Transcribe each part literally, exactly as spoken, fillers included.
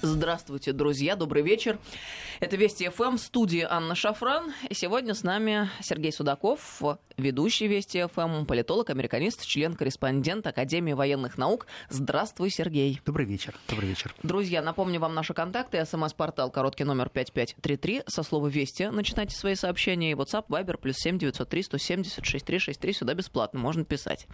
Здравствуйте, друзья, добрый вечер. Это Вести ФМ, в студии Анна Шафран. И сегодня с нами Сергей Судаков, ведущий Вести ФМ, политолог, американист, член-корреспондент Академии военных наук. Здравствуй, Сергей. Добрый вечер. Добрый вечер. Друзья, напомню вам наши контакты. СМС-портал, короткий номер пять пять три три. Со слова «Вести» начинайте свои сообщения. И WhatsApp, Viber, плюс семь девятьсот три сто семьдесят шестьдесят три шестьдесят три. Сюда бесплатно, можно писать.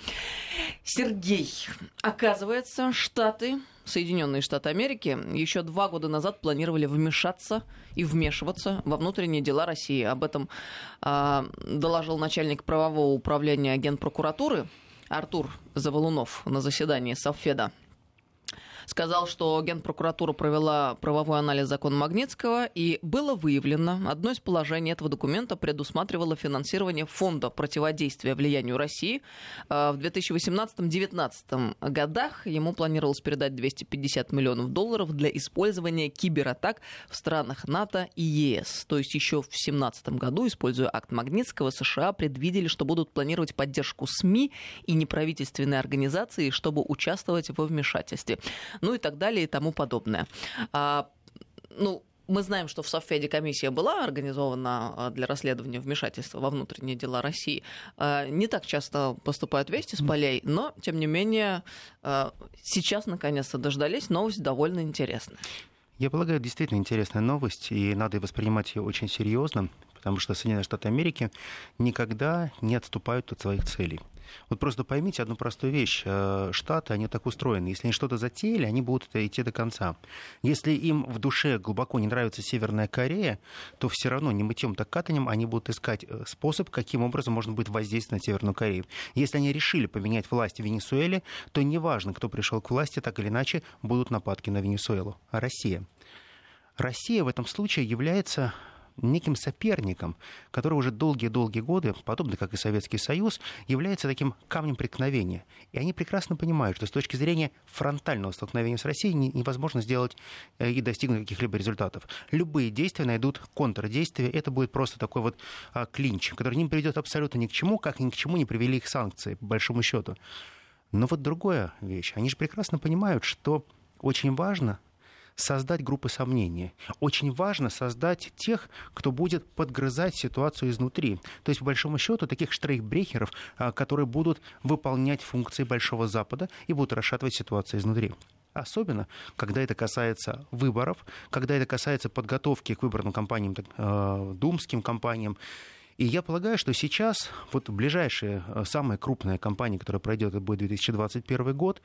Сергей, оказывается, Штаты... Соединенные Штаты Америки еще два года назад планировали вмешаться и вмешиваться во внутренние дела России. Об этом э, доложил начальник правового управления Генпрокуратуры Артур Завалунов на заседании Совфеда. Сказал, что Генпрокуратура провела правовой анализ закона Магнитского, и было выявлено, одно из положений этого документа предусматривало финансирование фонда противодействия влиянию России. В две тысячи восемнадцатом — две тысячи девятнадцатом годах ему планировалось передать двести пятьдесят миллионов долларов для использования кибератак в странах НАТО и ЕС. То есть еще в две тысячи семнадцатом году, используя акт Магнитского, США предвидели, что будут планировать поддержку СМИ и неправительственной организации, чтобы участвовать во вмешательстве. Ну и так далее и тому подобное. А, ну, мы знаем, что в Совфеде комиссия была организована для расследования вмешательства во внутренние дела России. Не так часто поступают вести с полей, но, тем не менее, сейчас наконец-то дождались. Новость довольно интересная. Я полагаю, действительно интересная новость, и надо воспринимать ее очень серьезно, потому что Соединенные Штаты Америки никогда не отступают от своих целей. Вот просто поймите одну простую вещь. Штаты, они так устроены. Если они что-то затеяли, они будут идти до конца. Если им в душе глубоко не нравится Северная Корея, то все равно не мытьем, так катанем они будут искать способ, каким образом можно будет воздействовать на Северную Корею. Если они решили поменять власть в Венесуэле, то неважно, кто пришел к власти, так или иначе будут нападки на Венесуэлу. А Россия? Россия в этом случае является неким соперником, который уже долгие-долгие годы, подобно как и Советский Союз, является таким камнем преткновения. И они прекрасно понимают, что с точки зрения фронтального столкновения с Россией невозможно сделать и достигнуть каких-либо результатов. Любые действия найдут контрдействие. Это будет просто такой вот а, клинч, который не приведет абсолютно ни к чему, как ни к чему не привели их санкции, по большому счету. Но вот другая вещь. Они же прекрасно понимают, что очень важно создать группы сомнения. Очень важно создать тех, кто будет подгрызать ситуацию изнутри. То есть, по большому счету, таких штрейхбрехеров, которые будут выполнять функции Большого Запада и будут расшатывать ситуацию изнутри. Особенно, когда это касается выборов, когда это касается подготовки к выборным кампаниям, думским кампаниям. И я полагаю, что сейчас, вот ближайшая, самая крупная кампания, которая пройдет, это будет две тысячи двадцать первый год,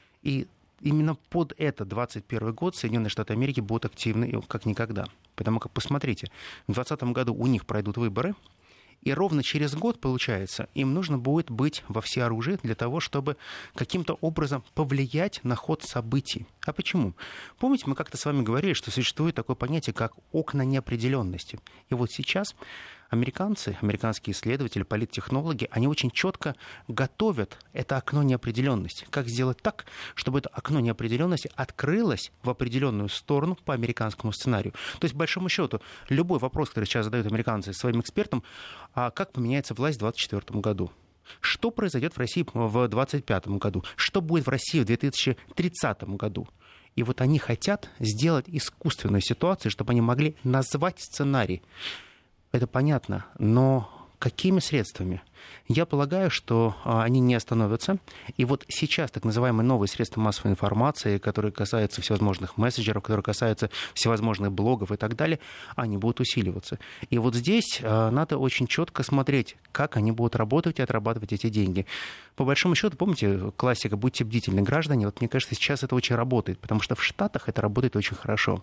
и именно под этот двадцать первый год Соединенные Штаты Америки будут активны как никогда. Потому как, посмотрите, в двадцатом году у них пройдут выборы, и ровно через год, получается, им нужно будет быть во всеоружии для того, чтобы каким-то образом повлиять на ход событий. А почему? Помните, мы как-то с вами говорили, что существует такое понятие, как окна неопределенности. И вот сейчас американцы, американские исследователи, политтехнологи, они очень четко готовят это окно неопределенности. Как сделать так, чтобы это окно неопределенности открылось в определенную сторону по американскому сценарию. То есть, по большому счету, любой вопрос, который сейчас задают американцы своим экспертам, а как поменяется власть в двадцать четвёртом году? Что произойдет в России в двадцать пятом году? Что будет в России в две тысячи тридцатом году? И вот они хотят сделать искусственную ситуацию, чтобы они могли назвать сценарий. Это понятно, но какими средствами? Я полагаю, что они не остановятся. И вот сейчас так называемые новые средства массовой информации, которые касаются всевозможных мессенджеров, которые касаются всевозможных блогов и так далее, они будут усиливаться. И вот здесь надо очень четко смотреть, как они будут работать и отрабатывать эти деньги. По большому счету, помните, классика «Будьте бдительны, граждане». Вот мне кажется, сейчас это очень работает, потому что в Штатах это работает очень хорошо.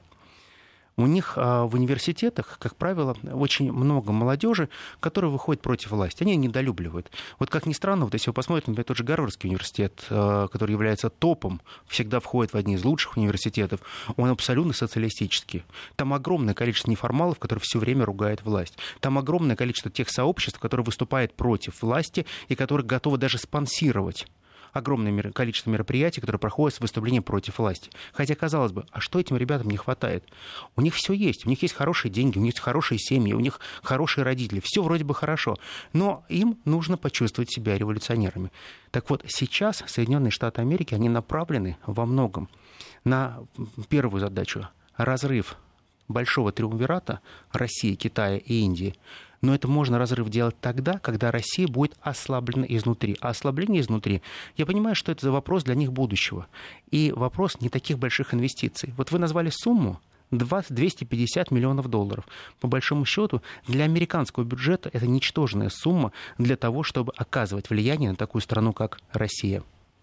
У них в университетах, как правило, очень много молодежи, которая выходит против власти. Они недолюбливают. Вот как ни странно, вот если вы посмотрите, например, тот же Гарвардский университет, который является топом, всегда входит в одни из лучших университетов, он абсолютно социалистический. Там огромное количество неформалов, которые все время ругают власть. Там огромное количество тех сообществ, которые выступают против власти и которые готовы даже спонсировать огромное количество мероприятий, которые проходят с выступлением против власти. Хотя, казалось бы, а что этим ребятам не хватает? У них все есть, у них есть хорошие деньги, у них есть хорошие семьи, у них хорошие родители, все вроде бы хорошо, но им нужно почувствовать себя революционерами. Так вот, сейчас Соединенные Штаты Америки, они направлены во многом на первую задачу – разрыв большого триумвирата России, Китая и Индии. Но это можно разрыв делать тогда, когда Россия будет ослаблена изнутри. А ослабление изнутри, я понимаю, что это вопрос для них будущего. И вопрос не таких больших инвестиций. Вот вы назвали сумму двести пятьдесят миллионов долларов. По большому счету, для американского бюджета это ничтожная сумма для того, чтобы оказывать влияние на такую страну, как Россия.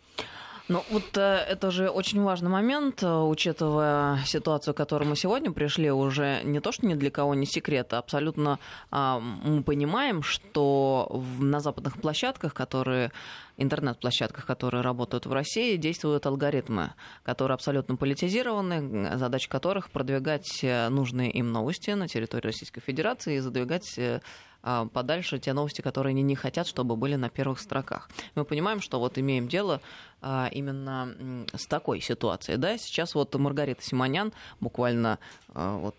Ну, вот э, это же очень важный момент, учитывая ситуацию, к которой мы сегодня пришли, уже не то, что ни для кого не секрет, а абсолютно э, мы понимаем, что в, на западных площадках, которые, интернет-площадках, которые работают в России, действуют алгоритмы, которые абсолютно политизированы, задача которых продвигать нужные им новости на территории Российской Федерации и задвигать э, подальше те новости, которые они не хотят, чтобы были на первых строках. Мы понимаем, что вот имеем дело а, именно с такой ситуацией. Да? Сейчас вот Маргарита Симонян буквально а, вот,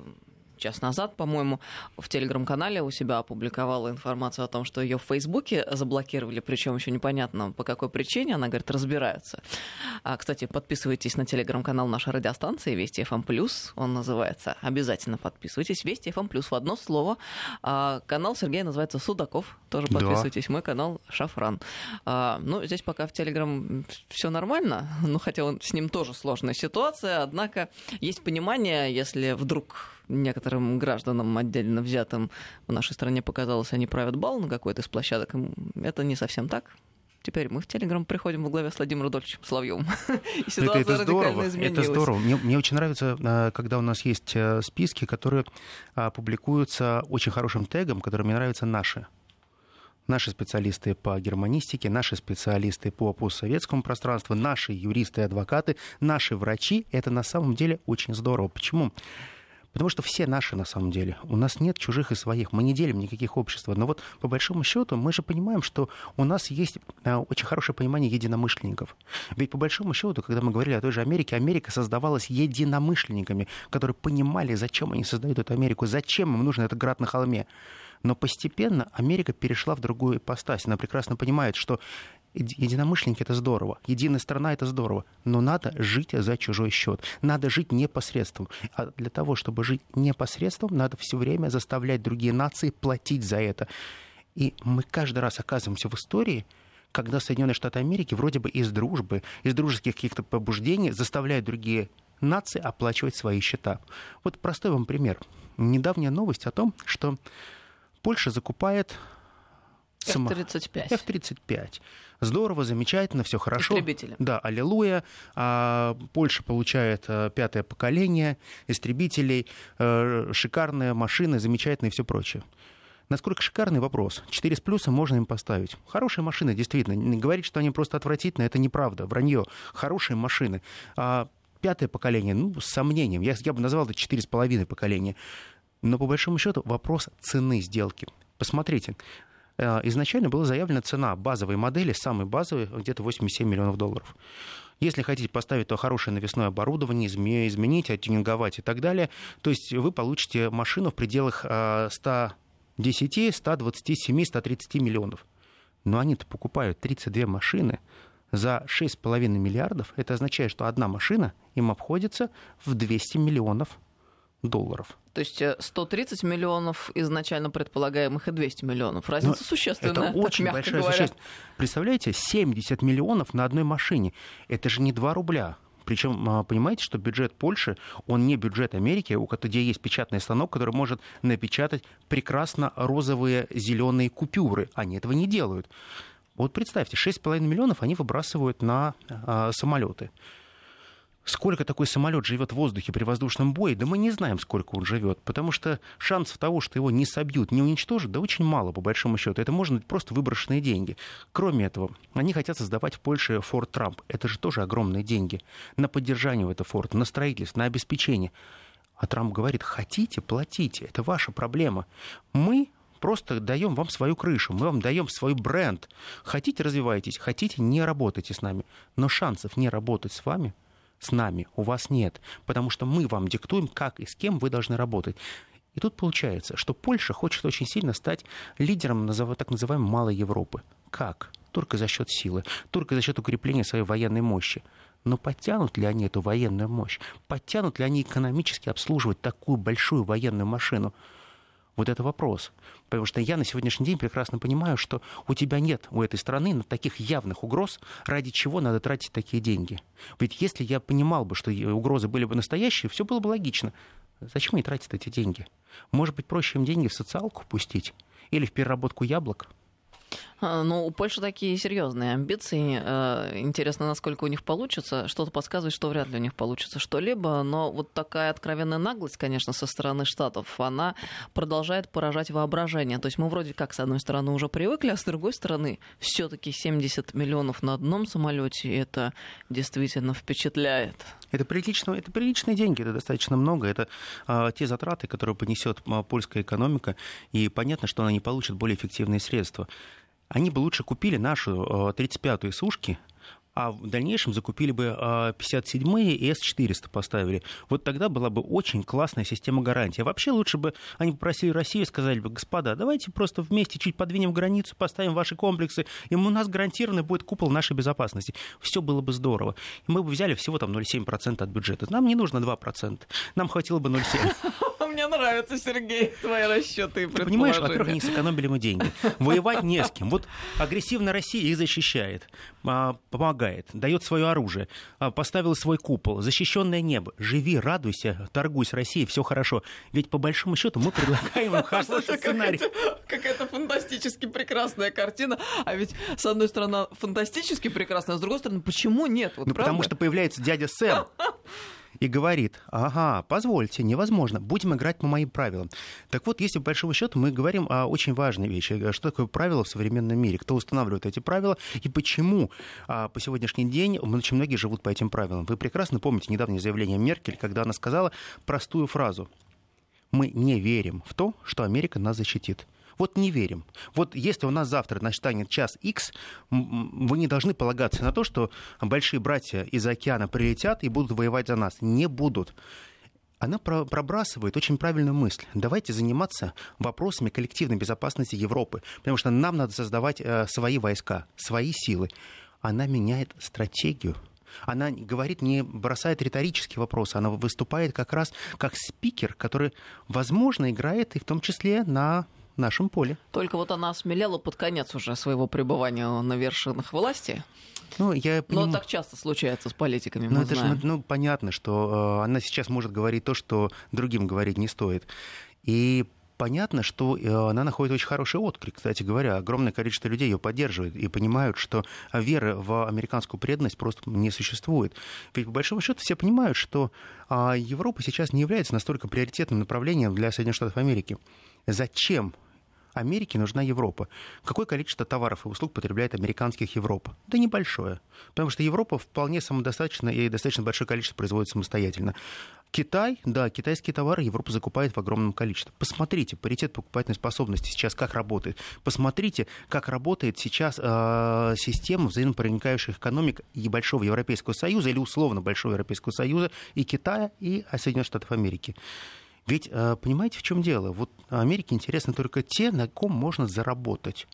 час назад, по-моему, в телеграм-канале у себя опубликовала информацию о том, что ее в Фейсбуке заблокировали, причем еще непонятно по какой причине, она говорит, разбираются. А, кстати, подписывайтесь на телеграм-канал нашей радиостанции Вести эф эм плюс, он называется, обязательно подписывайтесь, Вести эф эм плюс в одно слово. А, канал Сергея называется Судаков, тоже подписывайтесь, да. Мой канал Шафран. А, ну, здесь пока в телеграм все нормально, ну, хотя он, с ним тоже сложная ситуация, однако есть понимание, если вдруг некоторым гражданам отдельно взятым в нашей стране показалось, они правят бал на какой-то из площадок. Это не совсем так. Теперь мы в Телеграм приходим во главе с Владимиром Рудольфовичем Соловьевым. И ситуация это, это радикально здорово, изменилась. Это здорово. Мне, мне очень нравится, когда у нас есть списки, которые публикуются очень хорошим тегом, который мне нравится «Наши». Наши специалисты по германистике, наши специалисты по постсоветскому пространству, наши юристы и адвокаты, наши врачи. Это на самом деле очень здорово. Почему? Потому что все наши, на самом деле. У нас нет чужих и своих. Мы не делим никаких обществ. Но вот по большому счету мы же понимаем, что у нас есть очень хорошее понимание единомышленников. Ведь по большому счету, когда мы говорили о той же Америке, Америка создавалась единомышленниками, которые понимали, зачем они создают эту Америку, зачем им нужен этот град на холме. Но постепенно Америка перешла в другую ипостась. Она прекрасно понимает, что единомышленники — это здорово, единая страна — это здорово, но надо жить за чужой счет, надо жить непосредством. А для того, чтобы жить непосредством, надо все время заставлять другие нации платить за это. И мы каждый раз оказываемся в истории, когда Соединенные Штаты Америки вроде бы из дружбы, из дружеских каких-то побуждений заставляют другие нации оплачивать свои счета. Вот простой вам пример. Недавняя новость о том, что Польша закупает эф тридцать пять. эф тридцать пять. Здорово, замечательно, все хорошо. Истребители. Да, аллилуйя. А, Польша получает а, пятое поколение истребителей, а, шикарные машины, замечательные и все прочее. Насколько шикарный вопрос. четыре с плюсом можно им поставить. Хорошие машины, действительно. Не говорить, что они просто отвратительные, это неправда, вранье. Хорошие машины. А, пятое поколение, ну, с сомнением. Я, я бы назвал это четыре с половиной поколения. Но по большому счету вопрос цены сделки. Посмотрите. Изначально была заявлена цена базовой модели, самой базовой, где-то восемьдесят семь миллионов долларов. Если хотите поставить то хорошее навесное оборудование, изменить, оттюнинговать и так далее, то есть вы получите машину в пределах ста десяти, ста двадцати семи, ста тридцати миллионов. Но они-то покупают тридцать две машины за шесть с половиной миллиардов. Это означает, что одна машина им обходится в двести миллионов долларов. То есть сто тридцать миллионов изначально предполагаемых и двести миллионов. Разница Но существенная. Это очень так, большая существенность. Представляете, семьдесят миллионов на одной машине. Это же не два рубля. Причем, понимаете, что бюджет Польши, он не бюджет Америки, у которой есть печатный станок, который может напечатать прекрасно розовые зеленые купюры. Они этого не делают. Вот представьте, шесть с половиной миллионов они выбрасывают на а, самолеты. Сколько такой самолет живет в воздухе при воздушном бое, да мы не знаем, сколько он живет, потому что шансов того, что его не собьют, не уничтожат, да очень мало, по большому счету. Это можно быть просто выброшенные деньги. Кроме этого, они хотят создавать в Польше Форт Трамп. Это же тоже огромные деньги на поддержание этого форта, на строительство, на обеспечение. А Трамп говорит, хотите, платите, это ваша проблема. Мы просто даем вам свою крышу, мы вам даем свой бренд. Хотите, развивайтесь, хотите, не работайте с нами. Но шансов не работать с вами, с нами у вас нет, потому что мы вам диктуем, как и с кем вы должны работать. И тут получается, что Польша хочет очень сильно стать лидером так называемой малой Европы. Как? Только за счет силы, только за счет укрепления своей военной мощи. Но подтянут ли они эту военную мощь? Подтянут ли они экономически обслуживать такую большую военную машину? Вот это вопрос. Потому что я на сегодняшний день прекрасно понимаю, что у тебя нет, у этой страны, таких явных угроз, ради чего надо тратить такие деньги. Ведь если я понимал бы, что угрозы были бы настоящие, все было бы логично. Зачем они тратят эти деньги? Может быть, проще им деньги в социалку пустить? Или в переработку яблок? Ну, у Польши такие серьезные амбиции. Интересно, насколько у них получится. Что-то подсказывает, что вряд ли у них получится что-либо. Но вот такая откровенная наглость, конечно, со стороны Штатов, она продолжает поражать воображение. То есть мы вроде как, с одной стороны, уже привыкли, а с другой стороны, все-таки семьдесят миллионов на одном самолете, это действительно впечатляет. Это, прилично, это приличные деньги, это достаточно много. Это а, те затраты, которые понесет а, польская экономика. И понятно, что она не получит более эффективные средства. Они бы лучше купили нашу тридцать пятую Сушки, а в дальнейшем закупили бы пятьдесят седьмые и эс четыреста поставили. Вот тогда была бы очень классная система гарантии. А вообще лучше бы они попросили Россию и сказали бы: господа, давайте просто вместе чуть подвинем границу, поставим ваши комплексы, и у нас гарантированно будет купол нашей безопасности. Все было бы здорово. И мы бы взяли всего там ноль целых семь десятых процента от бюджета. Нам не нужно два процента. Нам хватило бы ноль целых семь десятых. Мне нравится, Сергей, твои расчеты и предположения. Понимаешь, во-первых, они сэкономили мы деньги. Воевать не с кем. Вот агрессивная Россия их защищает, помогает, дает свое оружие, поставила свой купол, защищенное небо. Живи, радуйся, торгуй с Россией, все хорошо. Ведь по большому счету мы предлагаем им хороший сценарий. Какая-то фантастически прекрасная картина. А ведь, с одной стороны, фантастически прекрасная, а с другой стороны, почему нет? Ну, потому что появляется дядя Сэм и говорит: ага, позвольте, невозможно, будем играть по моим правилам. Так вот, если по большому счету мы говорим о очень важной вещи, что такое правила в современном мире, кто устанавливает эти правила и почему а, по сегодняшний день очень многие живут по этим правилам. Вы прекрасно помните недавнее заявление Меркель, когда она сказала простую фразу: мы не верим в то, что Америка нас защитит. Вот не верим. Вот если у нас завтра настанет час X, вы не должны полагаться на то, что большие братья из океана прилетят и будут воевать за нас. Не будут. Она пробрасывает очень правильную мысль. Давайте заниматься вопросами коллективной безопасности Европы, потому что нам надо создавать свои войска, свои силы. Она меняет стратегию. Она говорит, не бросает риторические вопросы, она выступает как раз как спикер, который, возможно, играет и в том числе на нашем поле. Только вот она осмелела под конец уже своего пребывания на вершинах власти. Ну, я поним... Но так часто случается с политиками, мы ну, это знаем. Же, ну, понятно, что э, она сейчас может говорить то, что другим говорить не стоит. И понятно, что она находит очень хороший отклик. Кстати говоря, огромное количество людей ее поддерживает и понимают, что веры в американскую преданность просто не существует. Ведь, по большому счету, все понимают, что Европа сейчас не является настолько приоритетным направлением для Соединенных Штатов Америки. Зачем Америке нужна Европа? Какое количество товаров и услуг потребляет американских Европа? Да небольшое. Потому что Европа вполне самодостаточна и достаточно большое количество производит самостоятельно. Китай, да, китайские товары Европа закупает в огромном количестве. Посмотрите, паритет покупательной способности сейчас как работает. Посмотрите, как работает сейчас э, система взаимопроникающих экономик и Большого Европейского Союза, или условно Большого Европейского Союза, и Китая, и Соединенных Штатов Америки. Ведь, понимаете, в чем дело? Вот Америке интересны только те, на ком можно заработать.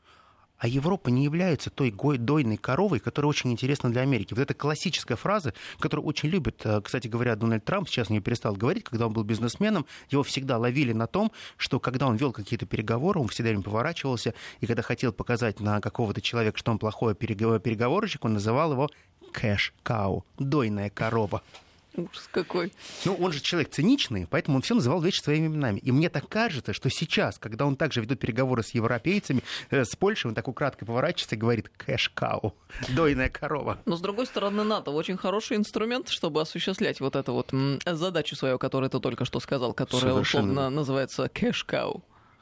А Европа не является той дойной коровой, которая очень интересна для Америки. Вот эта классическая фраза, которую очень любит, кстати говоря, Дональд Трамп, сейчас не перестал говорить, когда он был бизнесменом, его всегда ловили на том, что когда он вел какие-то переговоры, он всегда им поворачивался, и когда хотел показать на какого-то человека, что он плохой переговорщик, он называл его кэш-кау, дойная корова. Ужас какой. Ну, он же человек циничный, поэтому он все называл вещи своими именами. И мне так кажется, что сейчас, когда он также ведет переговоры с европейцами, э, с Польшей, он так украдкой поворачивается и говорит кэш-кау, дойная корова. Но, с другой стороны, НАТО очень хороший инструмент, чтобы осуществлять вот эту вот м, задачу свою, которую ты только что сказал, которая Совершенно. условно называется кэш-кау.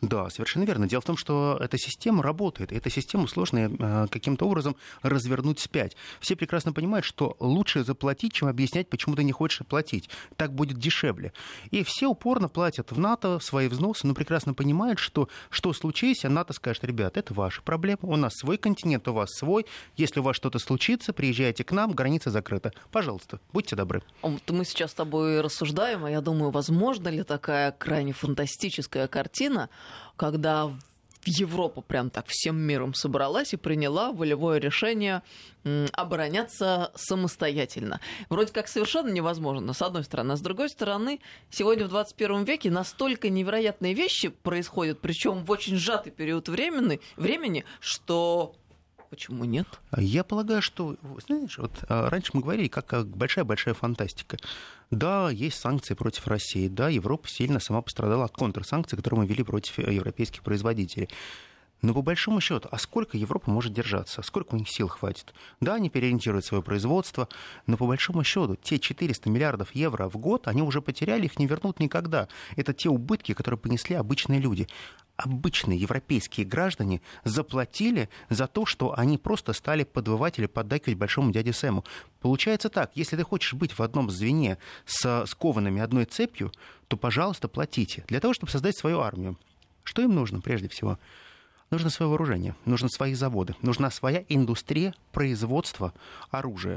Да, совершенно верно. Дело в том, что эта система работает, и эту систему сложно э, каким-то образом развернуть вспять. Все прекрасно понимают, что лучше заплатить, чем объяснять, почему ты не хочешь платить. Так будет дешевле. И все упорно платят в НАТО свои взносы, но прекрасно понимают, что что случись, а НАТО скажет: ребят, это ваши проблемы, у нас свой континент, у вас свой. Если у вас что-то случится, приезжайте к нам, граница закрыта. Пожалуйста, будьте добры. Мы сейчас с тобой рассуждаем, а я думаю, возможно ли такая крайне фантастическая картина, когда Европа прям так всем миром собралась и приняла волевое решение обороняться самостоятельно. Вроде как совершенно невозможно, с одной стороны. А с другой стороны, сегодня в двадцать первом веке настолько невероятные вещи происходят, причем в очень сжатый период времени, времени, что... Почему нет? Я полагаю, что, знаешь, вот раньше мы говорили, как большая-большая фантастика. Да, есть санкции против России, да, Европа сильно сама пострадала от контрсанкций, которые мы ввели против европейских производителей. Но по большому счету, а сколько Европа может держаться? Сколько у них сил хватит? Да, они переориентируют свое производство, но по большому счету те четыреста миллиардов евро в год, они уже потеряли, их не вернут никогда. Это те убытки, которые понесли обычные люди. Обычные европейские граждане заплатили за то, что они просто стали подвывать или поддакивать большому дяде Сэму. Получается так, если ты хочешь быть в одном звене с скованными одной цепью, то, пожалуйста, платите. Для того, чтобы создать свою армию. Что им нужно прежде всего? Нужно свое вооружение, нужны свои заводы, нужна своя индустрия производства оружия.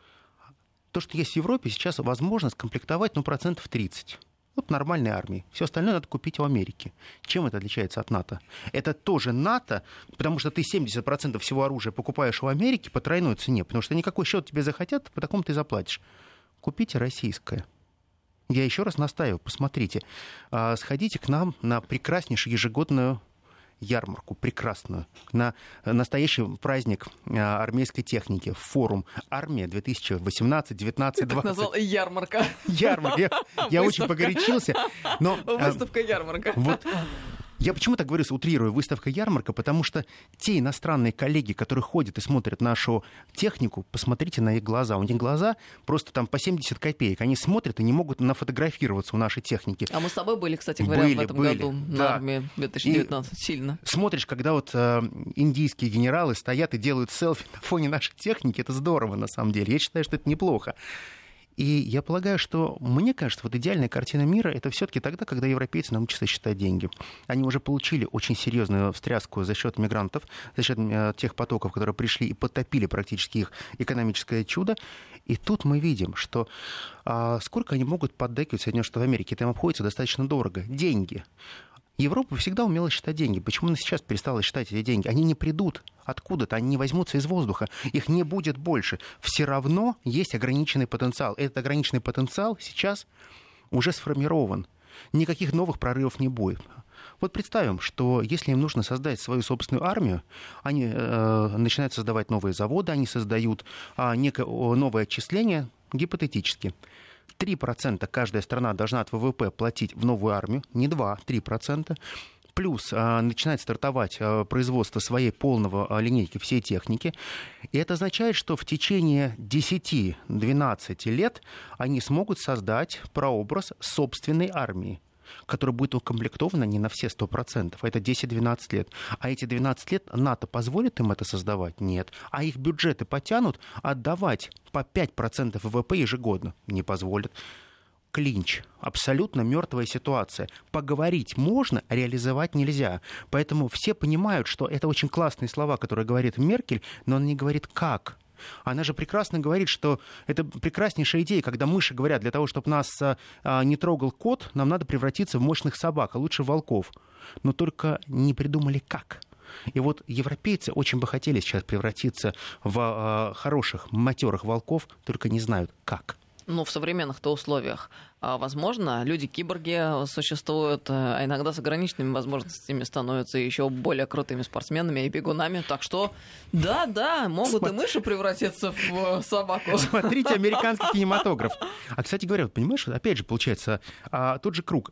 То, что есть в Европе, сейчас возможно скомплектовать, ну, процентов тридцать. Вот нормальной армии. Все остальное надо купить у Америки. Чем это отличается от НАТО? Это тоже НАТО, потому что ты семьдесят процентов всего оружия покупаешь у Америки по тройной цене, потому что никакой счет тебе захотят, по такому ты заплатишь. Купите российское. Я еще раз настаиваю, посмотрите. Сходите к нам на прекраснейшую ежегодную ярмарку, прекрасную, на настоящий праздник армейской техники, форум «Армия две тысячи восемнадцать девятнадцать двадцать». Ты назвал ярмарка. Ярмарка. Я, я очень погорячился. Но, выставка-ярмарка. Вот. Я почему так говорю, утрирую, выставка-ярмарка, потому что те иностранные коллеги, которые ходят и смотрят нашу технику, посмотрите на их глаза. У них глаза просто там по семьдесят копеек. Они смотрят и не могут нафотографироваться у нашей техники. А мы с тобой были, кстати говоря, были, в этом были, году да. на армии две тысячи девятнадцать. И сильно. Смотришь, когда вот э, индийские генералы стоят и делают селфи на фоне нашей техники, это здорово на самом деле. Я считаю, что это неплохо. И я полагаю, что, мне кажется, вот идеальная картина мира — это все-таки тогда, когда европейцы научатся считать деньги. Они уже получили очень серьезную встряску за счет мигрантов, за счет тех потоков, которые пришли и потопили практически их экономическое чудо. И тут мы видим, что а, сколько они могут поддакивать Соединенным Штатам Америки, это им обходится достаточно дорого. Деньги. Европа всегда умела считать деньги. Почему она сейчас перестала считать эти деньги? Они не придут откуда-то, они не возьмутся из воздуха. Их не будет больше. Все равно есть ограниченный потенциал. Этот ограниченный потенциал сейчас уже сформирован. Никаких новых прорывов не будет. Вот представим, что если им нужно создать свою собственную армию, они э, начинают создавать новые заводы, они создают э, некое новое отчисление, гипотетически. три процента каждая страна должна от ВВП платить в новую армию, не два, три процента. Плюс а, начинает стартовать а, производство своей полного а, линейки всей техники. И это означает, что в течение десять-двенадцать лет они смогут создать прообраз собственной армии, которая будет укомплектована не на все сто процентов, а это десять-двенадцать лет. А эти двенадцать лет НАТО позволит им это создавать? Нет. А их бюджеты потянут отдавать по пять процентов ВВП ежегодно? Не позволят. Клинч. Абсолютно мертвая ситуация. Поговорить можно, реализовать нельзя. Поэтому все понимают, что это очень классные слова, которые говорит Меркель, но она не говорит как. Она же прекрасно говорит, что это прекраснейшая идея, когда мыши говорят, для того, чтобы нас а, не трогал кот, нам надо превратиться в мощных собак, а лучше волков. Но только не придумали как. И вот европейцы очень бы хотели сейчас превратиться в а, хороших, матерых волков, только не знают как. Ну, в современных-то условиях. Возможно, люди-киборги существуют, а иногда с ограниченными возможностями становятся еще более крутыми спортсменами и бегунами. Так что, да-да, могут Смотри... и мыши превратиться в собаку. Смотрите американский кинематограф. А, кстати говоря, понимаешь, опять же, получается, тот же круг.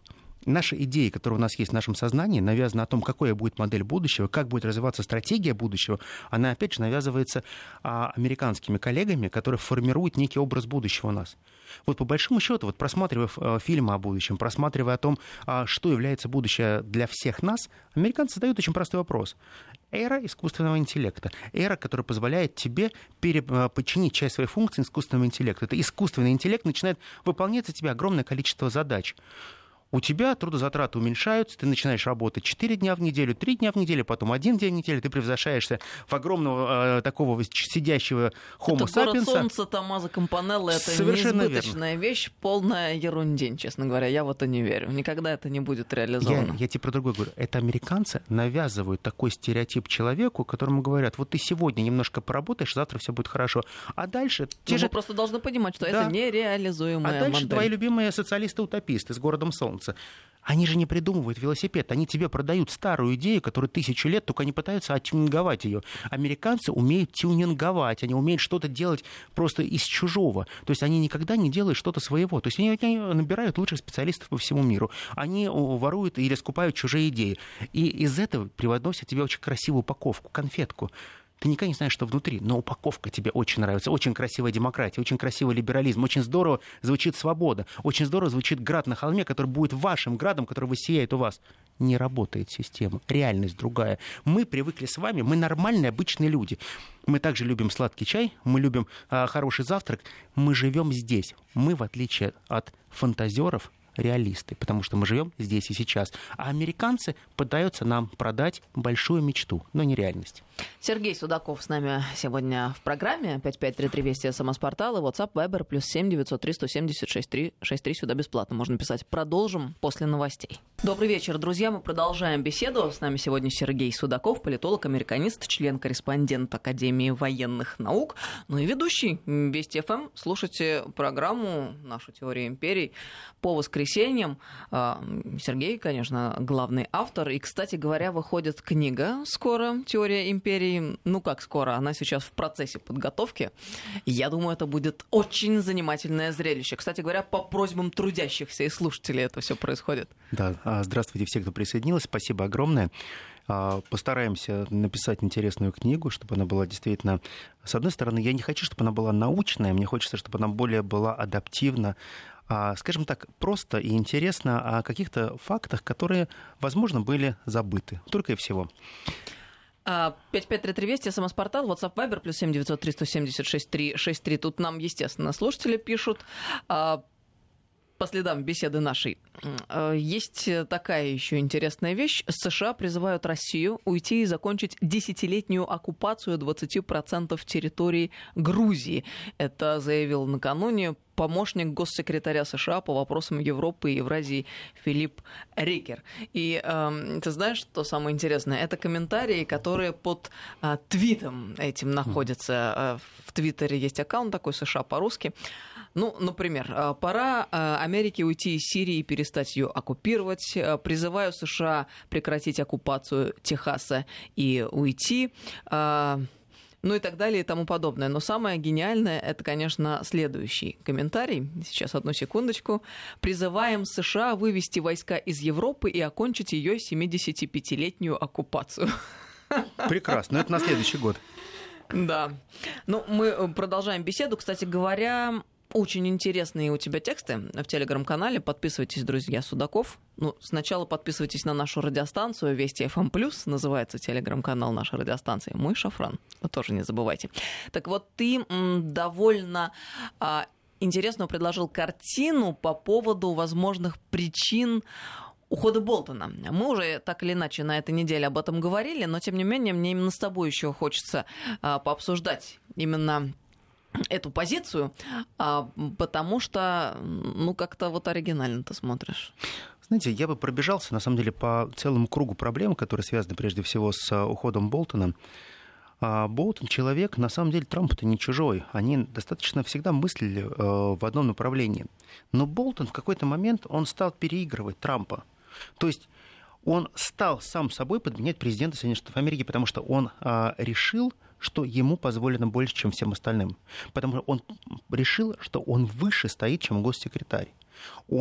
Наша идея, которая у нас есть в нашем сознании, навязана о том, какая будет модель будущего, как будет развиваться стратегия будущего, она, опять же, навязывается а, американскими коллегами, которые формируют некий образ будущего у нас. Вот по большому счету, вот просматривая а, фильмы о будущем, просматривая о том, а, что является будущее для всех нас, американцы задают очень простой вопрос. Эра искусственного интеллекта. Эра, которая позволяет тебе подчинить часть своей функции искусственному интеллекту. Это искусственный интеллект начинает выполнять за тебя огромное количество задач. У тебя трудозатраты уменьшаются, ты начинаешь работать четыре дня в неделю, три дня в неделю, потом один день в неделю, ты превращаешься в огромного э, такого сидящего homo sapiens. Это город солнца, Томмазо Кампанелло, это совершенно неизбыточная верно. Вещь, полная ерундень, честно говоря. Я в это не верю. Никогда это не будет реализовано. Я, я тебе про другое говорю. Это американцы навязывают такой стереотип человеку, которому говорят, вот ты сегодня немножко поработаешь, завтра все будет хорошо. А дальше... Те же... Мы просто должны понимать, что да. это нереализуемая А дальше модель. Твои любимые социалисты-утописты с городом солнца. Они же не придумывают велосипед, они тебе продают старую идею, которую тысячу лет, только они пытаются оттюнинговать ее. Американцы умеют тюнинговать, они умеют что-то делать просто из чужого. То есть они никогда не делают что-то своего. То есть они, они набирают лучших специалистов по всему миру. Они воруют или скупают чужие идеи. И из этого преподносят тебе очень красивую упаковку, конфетку. Ты никогда не знаешь, что внутри, но упаковка тебе очень нравится. Очень красивая демократия, очень красивый либерализм, очень здорово звучит свобода, очень здорово звучит град на холме, который будет вашим градом, который воссияет у вас. Не работает система, реальность другая. Мы привыкли с вами, мы нормальные, обычные люди. Мы также любим сладкий чай, мы любим а, хороший завтрак. Мы живем здесь. Мы, в отличие от фантазеров, реалисты, потому что мы живем здесь и сейчас. А американцы пытаются нам продать большую мечту, но не реальность. Сергей Судаков с нами сегодня в программе. пять пять три три Вести, СМС-портал и WhatsApp, Viber, плюс семь девятьсот три сто семьдесят шесть три шесть три. Сюда бесплатно можно писать. Продолжим после новостей. Добрый вечер, друзья. Мы продолжаем беседу. С нами сегодня Сергей Судаков, политолог, американист, член-корреспондент Академии военных наук, ну и ведущий Вести эф эм. Слушайте программу «Наша теория империй» по воскресеньям. Сергей, конечно, главный автор. И, кстати говоря, выходит книга скоро «Теория империй». Ну как скоро? Она сейчас в процессе подготовки. Я думаю, это будет очень занимательное зрелище. Кстати говоря, по просьбам трудящихся и слушателей это все происходит. Да, здравствуйте все, кто присоединился. Спасибо огромное. Постараемся написать интересную книгу, чтобы она была действительно... С одной стороны, я не хочу, чтобы она была научная, мне хочется, чтобы она более была адаптивна, скажем так, просто и интересно о каких-то фактах, которые, возможно, были забыты. Только и всего. пять пять три три Вести, СМС-портал, WhatsApp, Viber, плюс семь девятьсот три сто семьдесят шесть три шесть три. Тут нам, естественно, слушатели пишут. По следам беседы нашей. Есть такая еще интересная вещь. США призывают Россию уйти и закончить десятилетнюю оккупацию двадцати процентов территории Грузии. Это заявил накануне помощник госсекретаря США по вопросам Европы и Евразии Филипп Рикер. И э, ты знаешь, что самое интересное? Это комментарии, которые под э, твитом этим находятся. В Твиттере есть аккаунт такой, США по-русски. Ну, например, пора Америке уйти из Сирии и перестать ее оккупировать. Призываю США прекратить оккупацию Техаса и уйти. Ну и так далее и тому подобное. Но самое гениальное — это, конечно, следующий комментарий. Сейчас, одну секундочку. Призываем США вывести войска из Европы и окончить ее семидесятипятилетнюю оккупацию. Прекрасно. Это на следующий год. Да. Ну, мы продолжаем беседу. Кстати говоря, очень интересные у тебя тексты в телеграм-канале. Подписывайтесь, друзья, Судаков. Ну, сначала подписывайтесь на нашу радиостанцию Вести эф эм плюс, называется телеграм-канал нашей радиостанции. Мой шафран, вы тоже не забывайте. Так вот, ты м, довольно а, интересную предложил картину по поводу возможных причин ухода Болтона. Мы уже так или иначе на этой неделе об этом говорили, но тем не менее мне именно с тобой еще хочется а, пообсуждать именно эту позицию, потому что, ну, как-то вот оригинально ты смотришь. Знаете, я бы пробежался, на самом деле, по целому кругу проблем, которые связаны прежде всего с уходом Болтона. Болтон — человек, на самом деле, Трампу-то не чужой. Они достаточно всегда мыслили в одном направлении. Но Болтон в какой-то момент, он стал переигрывать Трампа. То есть он стал сам собой подменять президента Соединенных Штатов Америки, потому что он решил, что ему позволено больше, чем всем остальным. Потому что он решил, что он выше стоит, чем госсекретарь. Он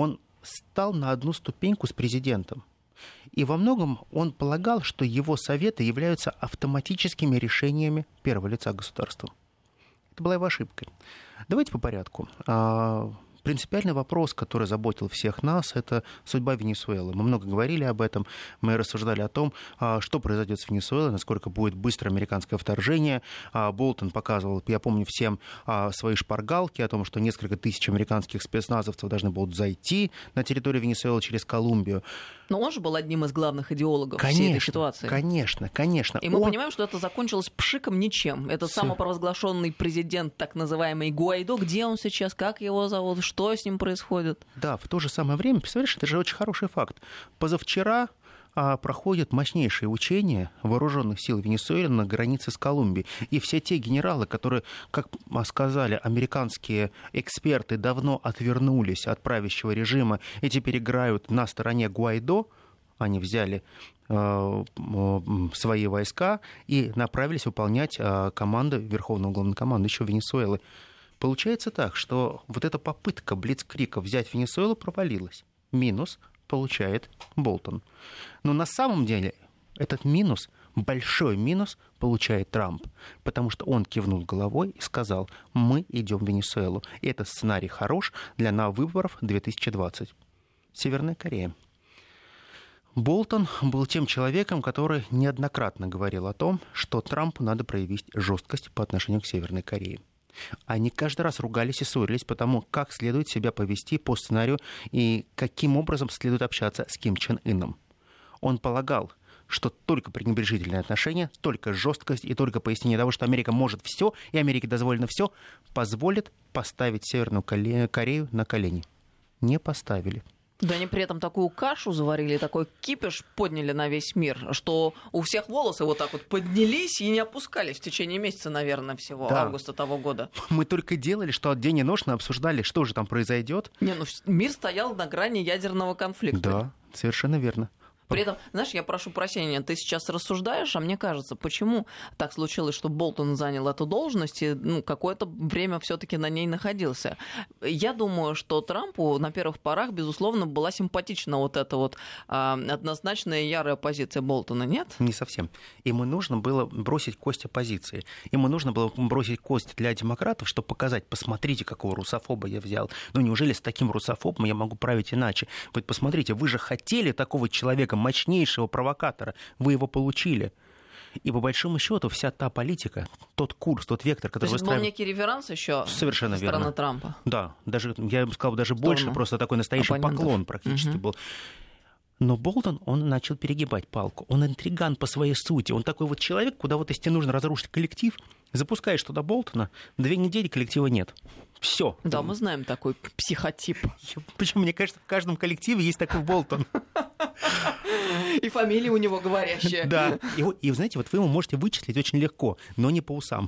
стал на одну ступеньку с президентом. И во многом он полагал, что его советы являются автоматическими решениями первого лица государства. Это была его ошибкой. Давайте по порядку. Принципиальный вопрос, который заботил всех нас, это судьба Венесуэлы. Мы много говорили об этом, мы рассуждали о том, что произойдет с Венесуэлой, насколько будет быстро американское вторжение. Болтон показывал, я помню, всем свои шпаргалки о том, что несколько тысяч американских спецназовцев должны будут зайти на территорию Венесуэлы через Колумбию. Но он же был одним из главных идеологов конечно, всей этой ситуации. Конечно, конечно. И мы он... понимаем, что это закончилось пшиком ничем. Это Все. самопровозглашенный президент, так называемый Гуайдо. Где он сейчас, как его зовут, что с ним происходит? Да, в то же самое время, представляешь, это же очень хороший факт. Позавчера а, проходят мощнейшие учения вооруженных сил Венесуэлы на границе с Колумбией. И все те генералы, которые, как сказали американские эксперты, давно отвернулись от правящего режима и теперь играют на стороне Гуайдо, они взяли э, свои войска и направились выполнять э, команды Верховного главнокомандующего Венесуэлы. Получается так, что вот эта попытка блицкрика взять Венесуэлу провалилась. Минус получает Болтон. Но на самом деле этот минус, большой минус, получает Трамп, потому что он кивнул головой и сказал: мы идем в Венесуэлу. И этот сценарий хорош для выборов две тысячи двадцать. Северная Корея. Болтон был тем человеком, который неоднократно говорил о том, что Трампу надо проявить жесткость по отношению к Северной Корее. Они каждый раз ругались и ссорились по тому, как следует себя повести по сценарию и каким образом следует общаться с Ким Чен Ыном. Он полагал, что только пренебрежительное отношение, только жесткость и только пояснение того, что Америка может все и Америке дозволено все, позволит поставить Северную Корею на колени. Не поставили. Да они при этом такую кашу заварили, такой кипиш подняли на весь мир, что у всех волосы вот так вот поднялись и не опускались в течение месяца, наверное, всего, да. августа того года. Мы только делали, что день и ночь обсуждали, что же там произойдет. Не, ну мир стоял на грани ядерного конфликта. Да, совершенно верно. При этом, знаешь, я прошу прощения, ты сейчас рассуждаешь, а мне кажется, почему так случилось, что Болтон занял эту должность и ну, какое-то время все-таки на ней находился. Я думаю, что Трампу на первых порах, безусловно, была симпатична вот эта вот а, однозначная ярая позиция Болтона, нет? Не совсем. Ему нужно было бросить кость оппозиции. Ему нужно было бросить кость для демократов, чтобы показать: посмотрите, какого русофоба я взял. Ну неужели с таким русофобом я могу править иначе? Вот посмотрите, вы же хотели такого человека, мощнейшего провокатора, вы его получили. И по большому счету вся та политика, тот курс, тот вектор, который То есть выстраивает... был некий реверанс еще Совершенно со стороны верно. Трампа? Да, даже, я бы сказал, даже больше, просто такой настоящий оппонентов. Поклон практически угу. был. Но Болтон, он начал перегибать палку. Он интриган по своей сути. Он такой вот человек, куда вот если тебе нужно разрушить коллектив, запускаешь туда Болтона, две недели коллектива нет. Все. Да, мы знаем такой психотип. Почему, мне кажется, в каждом коллективе есть такой Болтон. И фамилия у него говорящая. Да. И, и, знаете, вот вы его можете вычислить очень легко, но не по усам.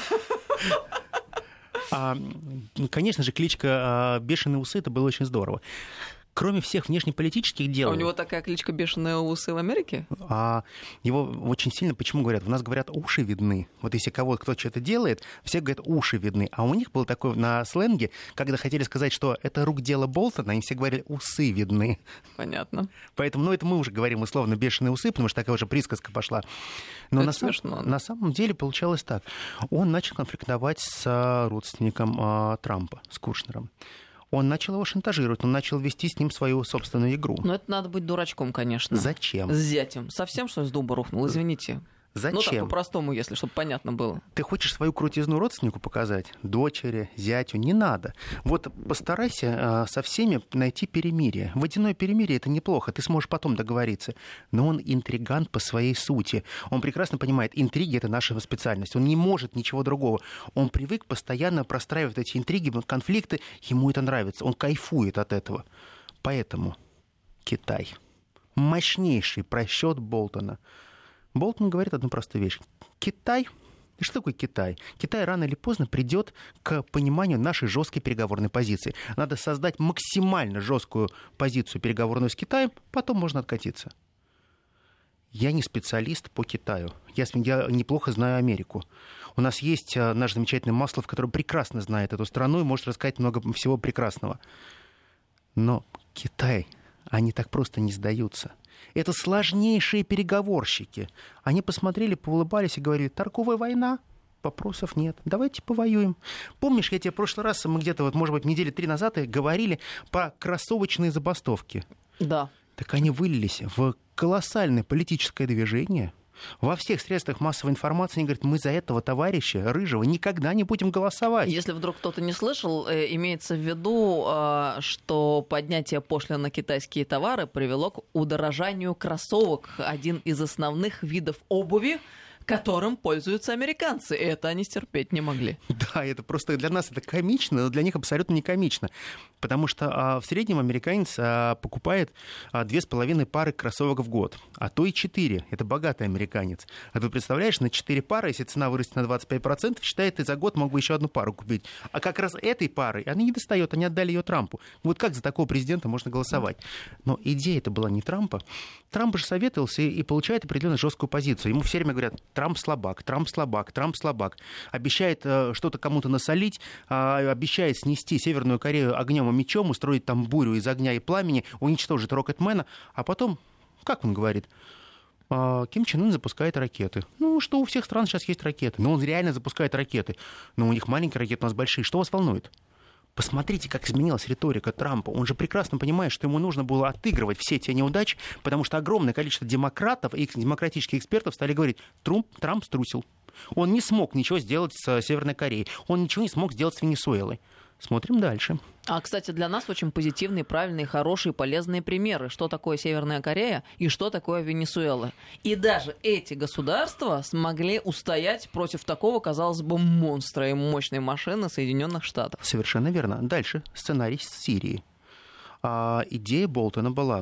А, конечно же, кличка «Бешеные усы» — это было очень здорово. Кроме всех внешнеполитических дел... А у него такая кличка «Бешеные усы» в Америке? А его очень сильно, почему говорят? У нас говорят, уши видны. Вот если кого-то кто что-то делает, все говорят, уши видны. А у них было такое на сленге, когда хотели сказать, что это рук дело Болтона, они все говорили, усы видны. Понятно. Поэтому, ну, это мы уже говорим условно «бешеные усы», потому что такая уже присказка пошла. Но на, сам, на самом деле получалось так. Он начал конфликтовать с родственником а, Трампа, с Кушнером. Он начал его шантажировать, он начал вести с ним свою собственную игру. Но это надо быть дурачком, конечно. Зачем? С зятем. Совсем что с дуба рухнул, извините. Зачем? Ну так, по-простому, если, чтобы понятно было. Ты хочешь свою крутизну родственнику показать? Дочери, зятю? Не надо. Вот постарайся со всеми найти перемирие. Водяное перемирие — это неплохо, ты сможешь потом договориться. Но он интриган по своей сути. Он прекрасно понимает, интриги — это наша специальность. Он не может ничего другого. Он привык постоянно простраивать эти интриги, конфликты. Ему это нравится. Он кайфует от этого. Поэтому Китай. Мощнейший просчет Болтона. Болтон говорит одну простую вещь. Китай, что такое Китай? Китай рано или поздно придет к пониманию нашей жесткой переговорной позиции. Надо создать максимально жесткую позицию переговорную с Китаем, потом можно откатиться. Я не специалист по Китаю. Я, я неплохо знаю Америку. У нас есть наш замечательный Маслов, который прекрасно знает эту страну и может рассказать много всего прекрасного. Но Китай, они так просто не сдаются. Это сложнейшие переговорщики. Они посмотрели, поулыбались и говорили: торговая война? Вопросов нет. Давайте повоюем. Помнишь, я тебе в прошлый раз, мы где-то, вот, может быть, недели три назад говорили про кроссовочные забастовки? Да. Так они вылились в колоссальное политическое движение. Во всех средствах массовой информации они говорят: мы за этого товарища Рыжего никогда не будем голосовать. Если вдруг кто-то не слышал, имеется в виду, что поднятие пошлин на китайские товары привело к удорожанию кроссовок, один из основных видов обуви, которым пользуются американцы. И это они стерпеть не могли. Да, это просто для нас это комично, но для них абсолютно не комично. Потому что а, в среднем американец а, покупает а, две с половиной пары кроссовок в год, а то и четыре. Это богатый американец. А ты представляешь, на четыре пары, если цена вырастет на двадцать пять процентов, считает, ты за год мог бы еще одну пару купить. А как раз этой пары они не достают, они отдали ее Трампу. Вот как за такого президента можно голосовать? Но идея это была не Трампа. Трамп же советовался и получает определенно жесткую позицию. Ему все время говорят: Трамп слабак, Трамп слабак, Трамп слабак. Обещает э, что-то кому-то насолить, э, обещает снести Северную Корею огнем и мечом, устроить там бурю из огня и пламени, уничтожить Рокетмена, а потом, как он говорит, э, Ким Чен Ын запускает ракеты. Ну, что у всех стран сейчас есть ракеты. Но он реально запускает ракеты. Но у них маленькие ракеты, у нас большие. Что вас волнует? Посмотрите, как изменилась риторика Трампа. Он же прекрасно понимает, что ему нужно было отыгрывать все те неудачи, потому что огромное количество демократов и демократических экспертов стали говорить: Трамп, Трамп струсил. Он не смог ничего сделать с Северной Кореей. Он ничего не смог сделать с Венесуэлой. Смотрим дальше. А, кстати, для нас очень позитивные, правильные, хорошие, полезные примеры. Что такое Северная Корея и что такое Венесуэла. И даже эти государства смогли устоять против такого, казалось бы, монстра и мощной машины Соединенных Штатов. Совершенно верно. Дальше сценарий с Сирией. А, идея Болтона была: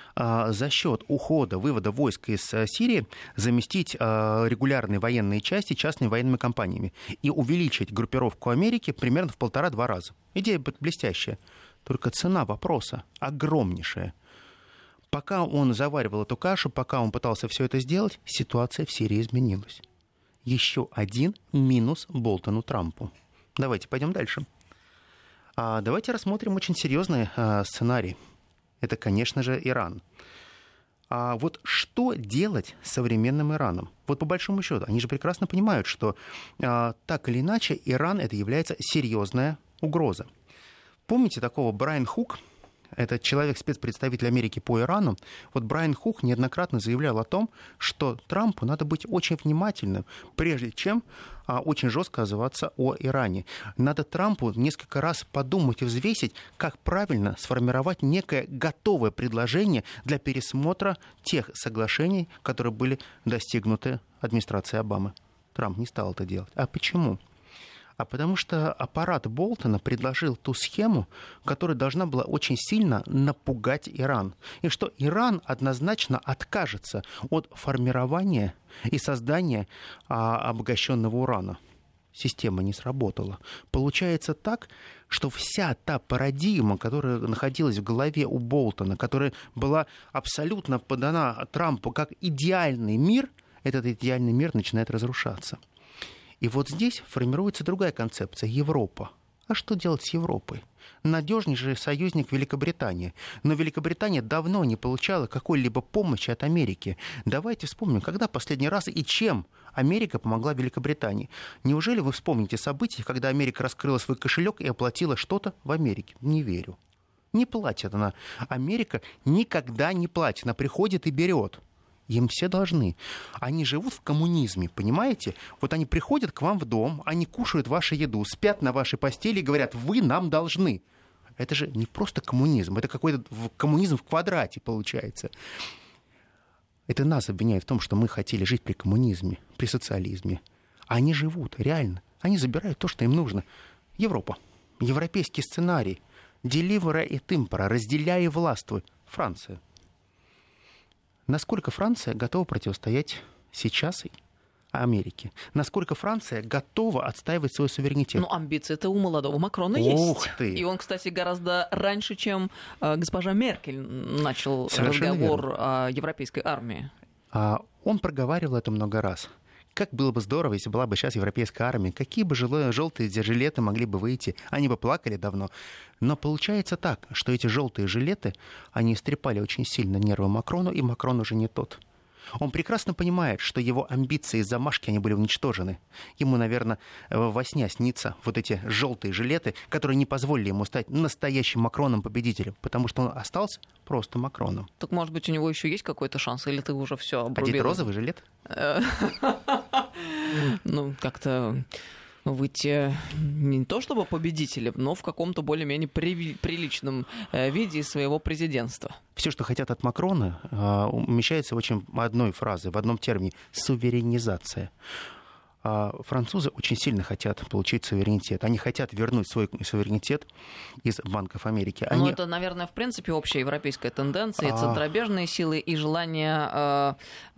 за счет ухода, вывода войск из Сирии заместить регулярные военные части частными военными компаниями и увеличить группировку Америки примерно в полтора-два раза. Идея блестящая. Только цена вопроса огромнейшая. Пока он заваривал эту кашу, пока он пытался все это сделать, ситуация в Сирии изменилась. Еще один минус Болтону Трампу. Давайте пойдем дальше. Давайте рассмотрим очень серьезный сценарий. Это, конечно же, Иран. А вот что делать с современным Ираном? Вот по большому счету, они же прекрасно понимают, что а, так или иначе Иран это является серьезная угроза. Помните такого Брайан Хук? Это человек, спецпредставитель Америки по Ирану. Вот Брайан Хук неоднократно заявлял о том, что Трампу надо быть очень внимательным, прежде чем а, очень жестко отзываться о Иране. Надо Трампу несколько раз подумать и взвесить, как правильно сформировать некое готовое предложение для пересмотра тех соглашений, которые были достигнуты администрацией Обамы. Трамп не стал это делать. А почему? А потому что аппарат Болтона предложил ту схему, которая должна была очень сильно напугать Иран. И что Иран однозначно откажется от формирования и создания а, обогащенного урана. Система не сработала. Получается так, что вся та парадигма, которая находилась в голове у Болтона, которая была абсолютно подана Трампу как идеальный мир, этот идеальный мир начинает разрушаться. И вот здесь формируется другая концепция – Европа. А что делать с Европой? Надежнейший союзник Великобритания. Но Великобритания давно не получала какой-либо помощи от Америки. Давайте вспомним, когда последний раз и чем Америка помогла Великобритании. Неужели вы вспомните события, когда Америка раскрыла свой кошелек и оплатила что-то в Америке? Не верю. Не платит она. Америка никогда не платит. Она приходит и берет. Им все должны. Они живут в коммунизме, понимаете? Вот они приходят к вам в дом, они кушают вашу еду, спят на вашей постели и говорят: вы нам должны. Это же не просто коммунизм, это какой-то коммунизм в квадрате получается. Это нас обвиняют в том, что мы хотели жить при коммунизме, при социализме. Они живут, реально. Они забирают то, что им нужно. Европа, европейский сценарий. Deliver et impera, разделяй и властвуй. Франция. Насколько Франция готова противостоять сейчас Америке? Насколько Франция готова отстаивать свой суверенитет? Ну, амбиции-то у молодого Макрона есть. Ух ты! И он, кстати, гораздо раньше, чем э, госпожа Меркель начал Совершенно разговор верно. о европейской армии. А, он проговаривал это много раз. Как было бы здорово, если была бы сейчас европейская армия, какие бы желтые жилеты могли бы выйти, они бы плакали давно. Но получается так, что эти желтые жилеты, они истрепали очень сильно нервы Макрону, и Макрон уже не тот. Он прекрасно понимает, что его амбиции и замашки, они были уничтожены. Ему, наверное, во сне снится вот эти желтые жилеты, которые не позволили ему стать настоящим Макроном-победителем, потому что он остался просто Макроном. Так, может быть, у него еще есть какой-то шанс, или ты уже все обрубил? Одеть розовый жилет? Ну, как-то... выйти не то чтобы победителем, но в каком-то более-менее при, приличном э, виде из своего президентства. Все, что хотят от Макрона, э, умещается в очень одной фразе, в одном термине – суверенизация. А французы очень сильно хотят получить суверенитет. Они хотят вернуть свой суверенитет из Банков Америки. Они... Ну, это, наверное, в принципе общая европейская тенденция, а... центробежные силы и желание э,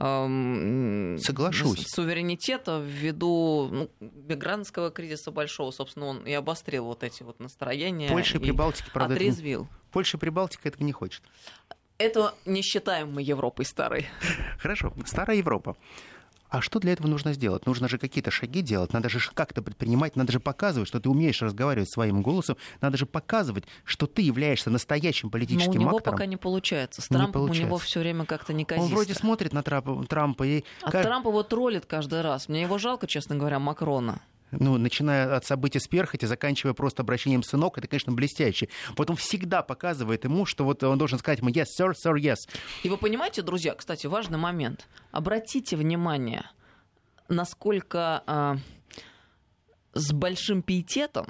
э, Соглашусь. суверенитета ввиду ну, мигрантского кризиса большого. Собственно, он и обострил вот эти вот настроения. Польша и Прибалтика, правда, отрезвил. Это... Польша и Прибалтика этого не хочет. Это не считаем мы Европой старой. Хорошо, старая Европа. А что для этого нужно сделать? Нужно же какие-то шаги делать, надо же как-то предпринимать, надо же показывать, что ты умеешь разговаривать своим голосом, надо же показывать, что ты являешься настоящим политическим актором. Но у него актором. Пока не получается. С Трампом у него все время как-то неказисто. Он вроде смотрит на Трампа, Трампа и... А Трамп его троллит каждый раз. Мне его жалко, честно говоря, Макрона. Ну, начиная от событий с перхоти, заканчивая просто обращением «сынок», это, конечно, блестяще. Вот он всегда показывает ему, что вот он должен сказать ему «yes, sir, sir, yes». И вы понимаете, друзья, кстати, важный момент. Обратите внимание, насколько э, с большим пиететом,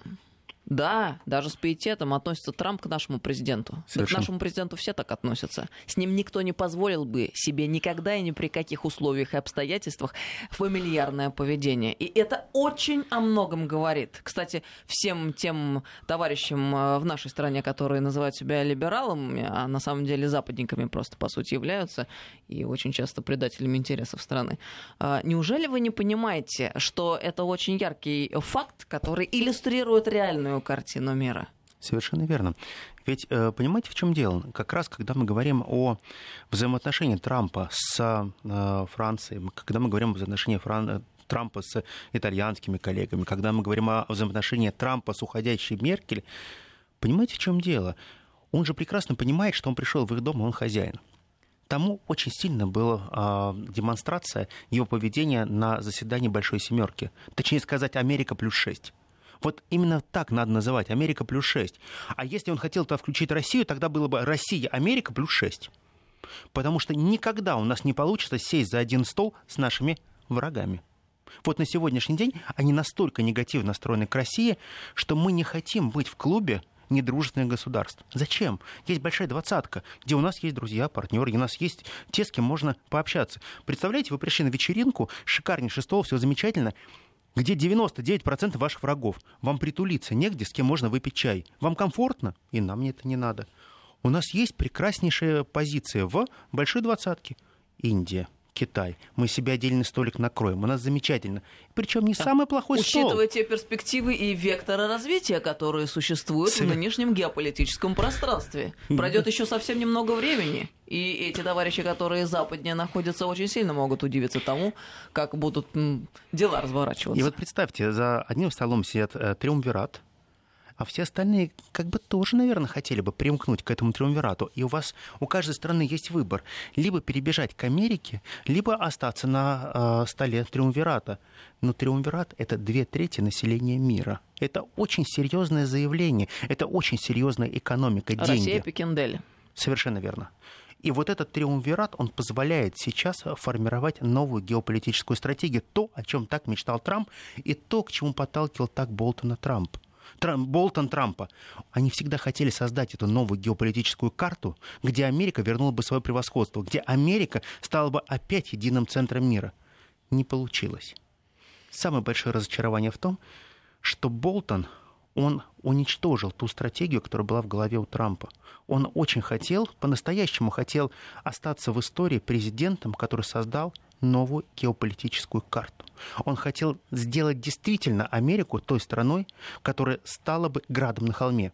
да, даже с пиететом относится Трамп к нашему президенту. Да, к нашему президенту все так относятся. С ним никто не позволил бы себе никогда и ни при каких условиях и обстоятельствах фамильярное поведение. И это очень о многом говорит. Кстати, всем тем товарищам в нашей стране, которые называют себя либералами, а на самом деле западниками просто по сути являются, и очень часто предателями интересов страны. Неужели вы не понимаете, что это очень яркий факт, который иллюстрирует реальную картину мира? Совершенно верно. Ведь понимаете, в чем дело? Как раз, когда мы говорим о взаимоотношении Трампа с Францией, когда мы говорим о взаимоотношении Фран... Трампа с итальянскими коллегами, когда мы говорим о взаимоотношении Трампа с уходящей Меркель, понимаете, в чем дело? Он же прекрасно понимает, что он пришел в их дом, и он хозяин. Тому очень сильно была э, демонстрация его поведения на заседании Большой Семерки. Точнее сказать, Америка плюс шесть. Вот именно так надо называть, Америка плюс шесть. А если он хотел туда включить Россию, тогда было бы Россия, Америка плюс шесть. Потому что никогда у нас не получится сесть за один стол с нашими врагами. Вот на сегодняшний день они настолько негативно настроены к России, что мы не хотим быть в клубе недружественных государств. Зачем? Есть большая двадцатка, где у нас есть друзья, партнеры, у нас есть те, с кем можно пообщаться. Представляете, вы пришли на вечеринку, шикарнейший стол, все замечательно, где девяносто девять процентов ваших врагов. Вам притулиться негде, с кем можно выпить чай. Вам комфортно? И нам это не надо. У нас есть прекраснейшая позиция в большой двадцатке. Индия, Китай. Мы себе отдельный столик накроем. У нас замечательно. Причем не самый плохой стол. Учитывая те перспективы и векторы развития, которые существуют Свет. в нынешнем геополитическом пространстве. Пройдет еще совсем немного времени. И эти товарищи, которые западнее находятся, очень сильно могут удивиться тому, как будут м, дела разворачиваться. И вот представьте, за одним столом сидят э, триумвират, а все остальные как бы тоже, наверное, хотели бы примкнуть к этому триумвирату. И у вас, у каждой страны есть выбор. Либо перебежать к Америке, либо остаться на э, столе триумвирата. Но триумвират — это две трети населения мира. Это очень серьезное заявление. Это очень серьезная экономика, деньги. Россия, Пекин-Дели. Совершенно верно. И вот этот триумвират, он позволяет сейчас формировать новую геополитическую стратегию. То, о чем так мечтал Трамп, и то, к чему подталкивал так Болтона Трамп. Трамп, Болтон Трампа. Они всегда хотели создать эту новую геополитическую карту, где Америка вернула бы свое превосходство, где Америка стала бы опять единым центром мира. Не получилось. Самое большое разочарование в том, что Болтон, он уничтожил ту стратегию, которая была в голове у Трампа. Он очень хотел, по-настоящему хотел остаться в истории президентом, который создал новую геополитическую карту. Он хотел сделать действительно Америку той страной, которая стала бы градом на холме.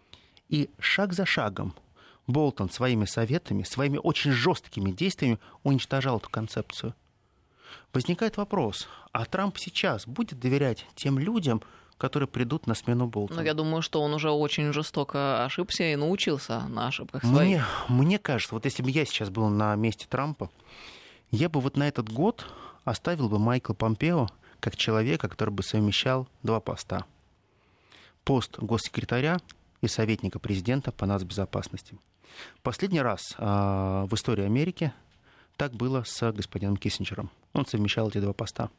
И шаг за шагом Болтон своими советами, своими очень жесткими действиями уничтожал эту концепцию. Возникает вопрос, а Трамп сейчас будет доверять тем людям, которые придут на смену Болтону? Ну, я думаю, что он уже очень жестоко ошибся и научился на ошибках своих. Мне, мне кажется, вот если бы я сейчас был на месте Трампа, я бы вот на этот год оставил бы Майкла Помпео как человека, который бы совмещал два поста. Пост госсекретаря и советника президента по нацбезопасности. Последний раз э, в истории Америки так было с господином Киссинджером. Он совмещал эти два поста.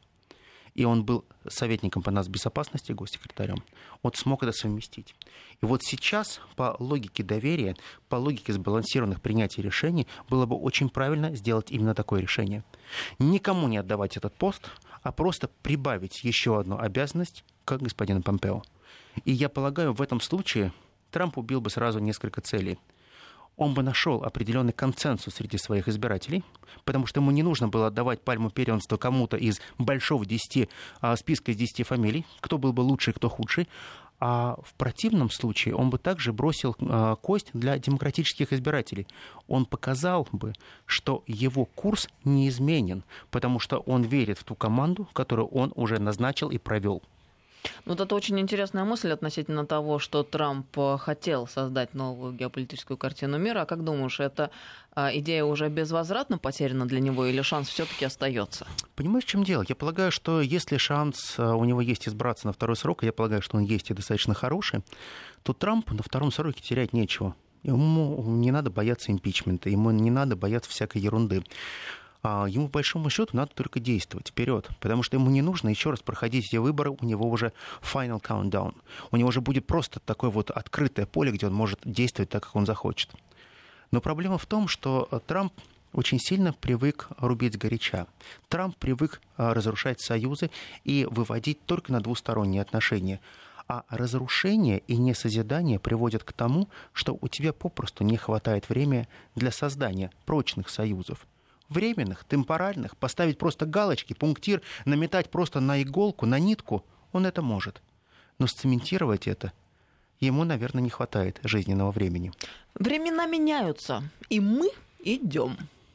И он был советником по нацбезопасности, госсекретарем. Он смог это совместить. И вот сейчас, по логике доверия, по логике сбалансированных принятий решений, было бы очень правильно сделать именно такое решение. Никому не отдавать этот пост, а просто прибавить еще одну обязанность к господину Помпео. И я полагаю, в этом случае Трамп убил бы сразу несколько целей. Он бы нашел определенный консенсус среди своих избирателей, потому что ему не нужно было отдавать пальму первенства кому-то из большого десяти, списка из десяти фамилий, кто был бы лучший, кто худший. А в противном случае он бы также бросил кость для демократических избирателей. Он показал бы, что его курс неизменен, потому что он верит в ту команду, которую он уже назначил и провел. Ну, вот это очень интересная мысль относительно того, что Трамп хотел создать новую геополитическую картину мира. А как думаешь, эта идея уже безвозвратно потеряна для него или шанс все-таки остается? Понимаешь, в чем дело? Я полагаю, что если шанс у него есть избраться на второй срок, я полагаю, что он есть и достаточно хороший, то Трампу на втором сроке терять нечего. Ему не надо бояться импичмента, ему не надо бояться всякой ерунды. Ему, по большому счету, надо только действовать вперед, потому что ему не нужно еще раз проходить эти выборы, у него уже final countdown. У него уже будет просто такое вот открытое поле, где он может действовать так, как он захочет. Но проблема в том, что Трамп очень сильно привык рубить сгоряча. Трамп привык разрушать союзы и выводить только на двусторонние отношения. А разрушение и несозидание приводят к тому, что у тебя попросту не хватает времени для создания прочных союзов. Временных, темпоральных, поставить просто галочки, пунктир, наметать просто на иголку, на нитку, он это может. Но сцементировать это ему, наверное, не хватает жизненного времени. Времена меняются, и мы идем.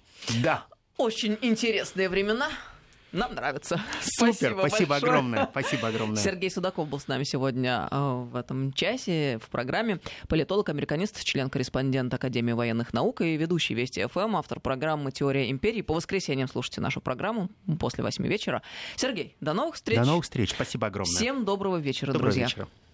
Да. Очень интересные времена. Нам нравится. Супер, спасибо, спасибо большое. огромное. Спасибо огромное. Сергей Судаков был с нами сегодня в этом часе в программе. Политолог, американист, член-корреспондент Академии военных наук и ведущий Вести эф эм, автор программы «Теория империи». По воскресеньям слушайте нашу программу после восьми вечера. Сергей, до новых встреч. До новых встреч. Спасибо огромное. Всем доброго вечера, доброго друзья. Вечера.